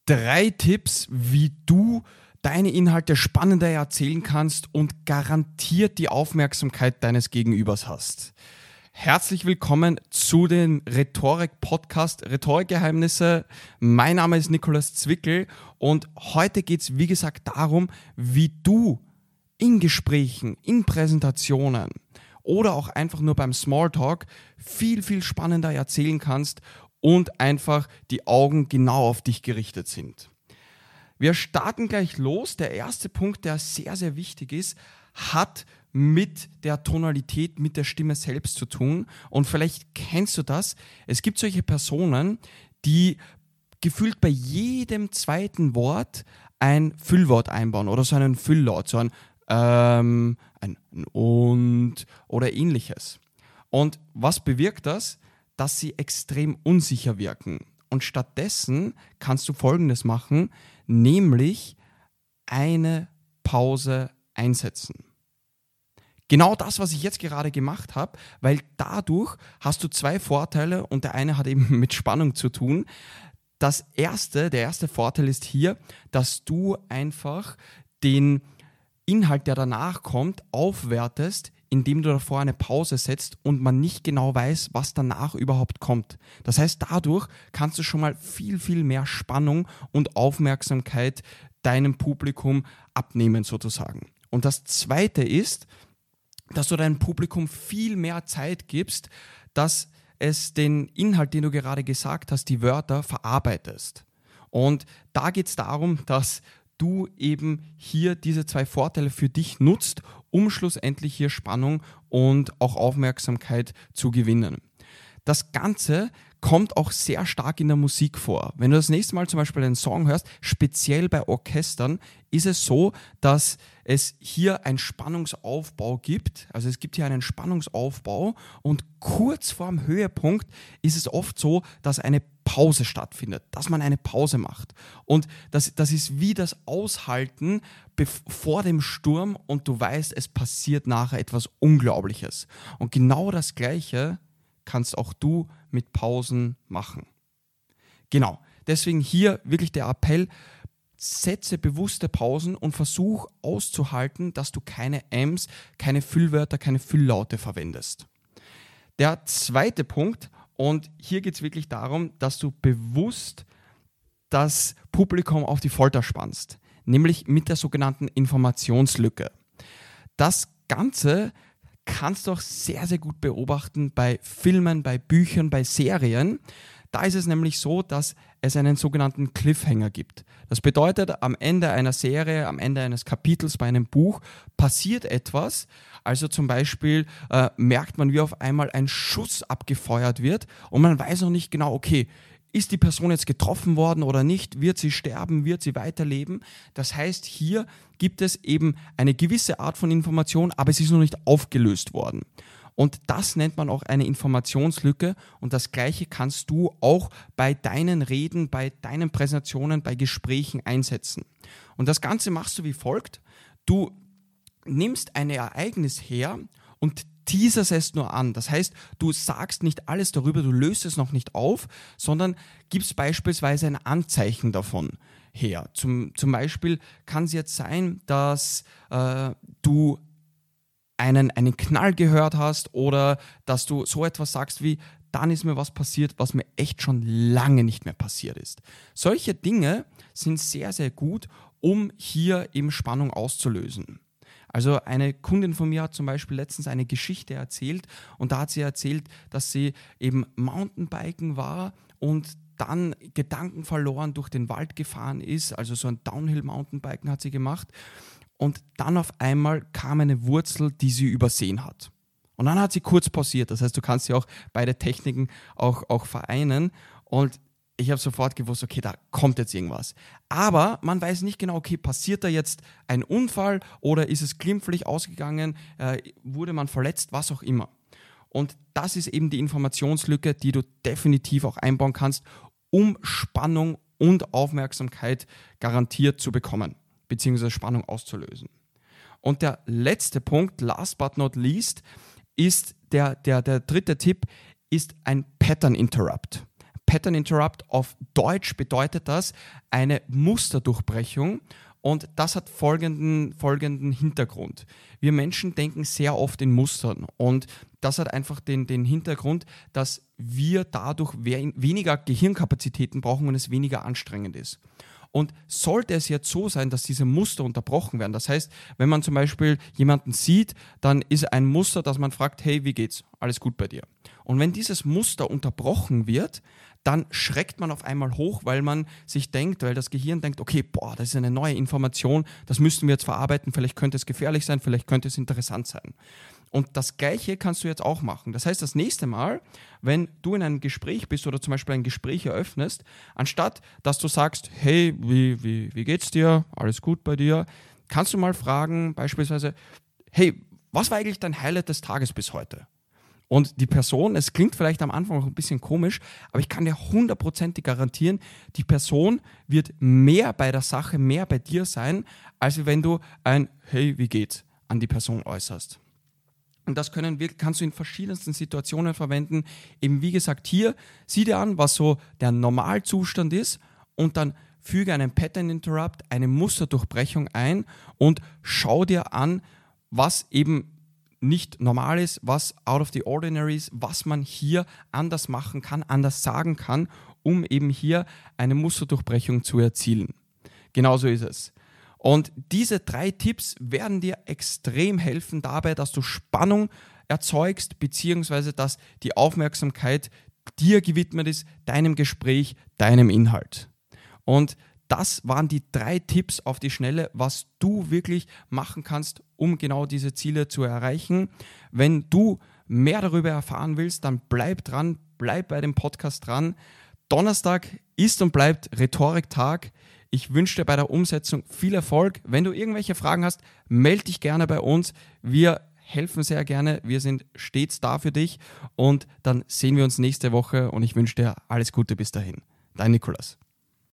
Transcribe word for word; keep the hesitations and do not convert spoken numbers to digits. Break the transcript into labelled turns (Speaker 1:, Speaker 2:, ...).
Speaker 1: Drei Tipps, wie du deine Inhalte spannender erzählen kannst und garantiert die Aufmerksamkeit deines Gegenübers hast. Herzlich willkommen zu den Rhetorik-Podcast Rhetorikgeheimnisse. Mein Name ist Nikolaus Zwickel und heute geht es, wie gesagt, darum, wie du in Gesprächen, in Präsentationen oder auch einfach nur beim Smalltalk viel, viel spannender erzählen kannst und einfach die Augen genau auf dich gerichtet sind. Wir starten gleich los. Der erste Punkt, der sehr, sehr wichtig ist, hat mit der Tonalität, mit der Stimme selbst zu tun. Und vielleicht kennst du das. Es gibt solche Personen, die gefühlt bei jedem zweiten Wort ein Füllwort einbauen oder so einen Fülllaut, so ein ähm, ein und oder ähnliches. Und was bewirkt das? Dass sie extrem unsicher wirken. Und stattdessen kannst du Folgendes machen, nämlich eine Pause einsetzen. Genau das, was ich jetzt gerade gemacht habe, weil dadurch hast du zwei Vorteile und der eine hat eben mit Spannung zu tun. Das erste, der erste Vorteil ist hier, dass du einfach den Inhalt, der danach kommt, aufwertest, indem du davor eine Pause setzt und man nicht genau weiß, was danach überhaupt kommt. Das heißt, dadurch kannst du schon mal viel, viel mehr Spannung und Aufmerksamkeit deinem Publikum abnehmen sozusagen. Und das Zweite ist, dass du deinem Publikum viel mehr Zeit gibst, dass es den Inhalt, den du gerade gesagt hast, die Wörter verarbeitest. Und da geht es darum, dass du eben hier diese zwei Vorteile für dich nutzt, um schlussendlich hier Spannung und auch Aufmerksamkeit zu gewinnen. Das Ganze kommt auch sehr stark in der Musik vor. Wenn du das nächste Mal zum Beispiel einen Song hörst, speziell bei Orchestern, ist es so, dass es hier einen Spannungsaufbau gibt. Also es gibt hier einen Spannungsaufbau und kurz vorm Höhepunkt ist es oft so, dass eine Pause stattfindet, dass man eine Pause macht. Und das, das ist wie das Aushalten vor dem Sturm und du weißt, es passiert nachher etwas Unglaubliches. Und genau das Gleiche kannst auch du mit Pausen machen. Genau, deswegen hier wirklich der Appell, setze bewusste Pausen und versuch auszuhalten, dass du keine Ms, keine Füllwörter, keine Fülllaute verwendest. Der zweite Punkt, und hier geht es wirklich darum, dass du bewusst das Publikum auf die Folter spannst, nämlich mit der sogenannten Informationslücke. Das Ganze kannst du auch sehr, sehr gut beobachten bei Filmen, bei Büchern, bei Serien. Da ist es nämlich so, dass es einen sogenannten Cliffhanger gibt. Das bedeutet, am Ende einer Serie, am Ende eines Kapitels bei einem Buch passiert etwas. Also zum Beispiel äh, merkt man, wie auf einmal ein Schuss abgefeuert wird und man weiß noch nicht genau, okay, ist die Person jetzt getroffen worden oder nicht? Wird sie sterben? Wird sie weiterleben? Das heißt, hier gibt es eben eine gewisse Art von Information, aber es ist noch nicht aufgelöst worden. Und das nennt man auch eine Informationslücke und das Gleiche kannst du auch bei deinen Reden, bei deinen Präsentationen, bei Gesprächen einsetzen. Und das Ganze machst du wie folgt. Du nimmst ein Ereignis her und teaserst es nur an. Das heißt, du sagst nicht alles darüber, du löst es noch nicht auf, sondern gibst beispielsweise ein Anzeichen davon her. Zum, zum Beispiel kann es jetzt sein, dass äh, du einen, einen Knall gehört hast oder dass du so etwas sagst wie, dann ist mir was passiert, was mir echt schon lange nicht mehr passiert ist. Solche Dinge sind sehr, sehr gut, um hier eben Spannung auszulösen. Also eine Kundin von mir hat zum Beispiel letztens eine Geschichte erzählt und da hat sie erzählt, dass sie eben Mountainbiken war und dann Gedanken verloren durch den Wald gefahren ist, also so ein Downhill-Mountainbiken hat sie gemacht und dann auf einmal kam eine Wurzel, die sie übersehen hat. Und dann hat sie kurz pausiert, das heißt, du kannst ja auch beide Techniken auch, auch vereinen und ich habe sofort gewusst, okay, da kommt jetzt irgendwas. Aber man weiß nicht genau, okay, passiert da jetzt ein Unfall oder ist es glimpflich ausgegangen, äh, wurde man verletzt, was auch immer. Und das ist eben die Informationslücke, die du definitiv auch einbauen kannst, um Spannung und Aufmerksamkeit garantiert zu bekommen, beziehungsweise Spannung auszulösen. Und der letzte Punkt, last but not least, ist der, der, der dritte Tipp, ist ein Pattern Interrupt. Pattern Interrupt auf Deutsch bedeutet das eine Musterdurchbrechung. Und das hat folgenden, folgenden Hintergrund. Wir Menschen denken sehr oft in Mustern und das hat einfach den, den Hintergrund, dass wir dadurch we- weniger Gehirnkapazitäten brauchen und es weniger anstrengend ist. Und sollte es jetzt so sein, dass diese Muster unterbrochen werden, das heißt, wenn man zum Beispiel jemanden sieht, dann ist ein Muster, dass man fragt, hey, wie geht's? Alles gut bei dir? Und wenn dieses Muster unterbrochen wird, dann schreckt man auf einmal hoch, weil man sich denkt, weil das Gehirn denkt, okay, boah, das ist eine neue Information, das müssten wir jetzt verarbeiten, vielleicht könnte es gefährlich sein, vielleicht könnte es interessant sein. Und das Gleiche kannst du jetzt auch machen. Das heißt, das nächste Mal, wenn du in einem Gespräch bist oder zum Beispiel ein Gespräch eröffnest, anstatt dass du sagst, hey, wie, wie, wie geht's dir? Alles gut bei dir? Kannst du mal fragen, beispielsweise, hey, was war eigentlich dein Highlight des Tages bis heute? Und die Person, es klingt vielleicht am Anfang noch ein bisschen komisch, aber ich kann dir hundertprozentig garantieren, die Person wird mehr bei der Sache, mehr bei dir sein, als wenn du ein Hey, wie geht's an die Person äußerst. Und das können wir, kannst du in verschiedensten Situationen verwenden. Eben wie gesagt, hier sieh dir an, was so der Normalzustand ist und dann füge einen Pattern Interrupt, eine Musterdurchbrechung ein und schau dir an, was eben nicht normal ist, was out of the ordinary ist, was man hier anders machen kann, anders sagen kann, um eben hier eine Musterdurchbrechung zu erzielen. Genauso ist es. Und diese drei Tipps werden dir extrem helfen dabei, dass du Spannung erzeugst, beziehungsweise dass die Aufmerksamkeit dir gewidmet ist, deinem Gespräch, deinem Inhalt. Und das waren die drei Tipps auf die Schnelle, was du wirklich machen kannst, um genau diese Ziele zu erreichen. Wenn du mehr darüber erfahren willst, dann bleib dran, bleib bei dem Podcast dran. Donnerstag ist und bleibt Rhetoriktag. Ich wünsche dir bei der Umsetzung viel Erfolg. Wenn du irgendwelche Fragen hast, melde dich gerne bei uns. Wir helfen sehr gerne. Wir sind stets da für dich. Und dann sehen wir uns nächste Woche und ich wünsche dir alles Gute bis dahin. Dein Nikolas.